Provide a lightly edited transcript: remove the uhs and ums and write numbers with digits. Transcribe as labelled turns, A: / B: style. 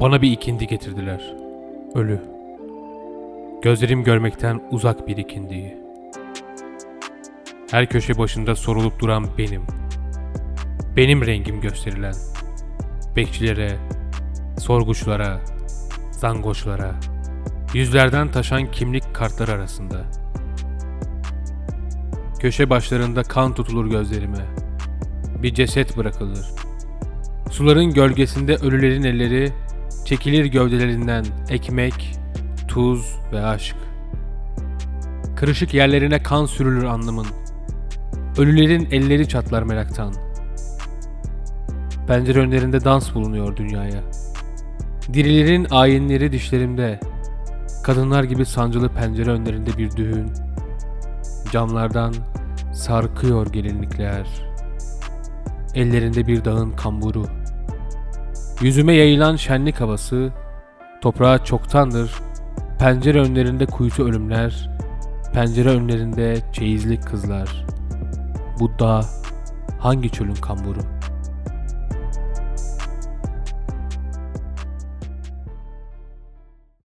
A: Bana bir ikindi getirdiler. Ölü. Gözlerim görmekten uzak bir ikindiyi. Her köşe başında sorulup duran benim. Benim rengim gösterilen. Bekçilere, sorguçlara, zangoçlara, yüzlerden taşan kimlik kartları arasında. Köşe başlarında kan tutulur gözlerime. Bir ceset bırakılır. Suların gölgesinde ölülerin elleri, çekilir gövdelerinden ekmek, tuz ve aşk. Kırışık yerlerine kan sürülür alnımın. Ölülerin elleri çatlar meraktan. Pencere önlerinde dans bulunuyor dünyaya. Dirilerin ayinleri dişlerimde. Kadınlar gibi sancılı pencere önlerinde bir düğün. Camlardan sarkıyor gelinlikler. Ellerinde bir dağın kamburu. Yüzüme yayılan şenlik havası, toprağa çoktandır. Pencere önlerinde kuytu ölümler, pencere önlerinde çeyizlik kızlar. Bu dağ hangi çölün kamburu?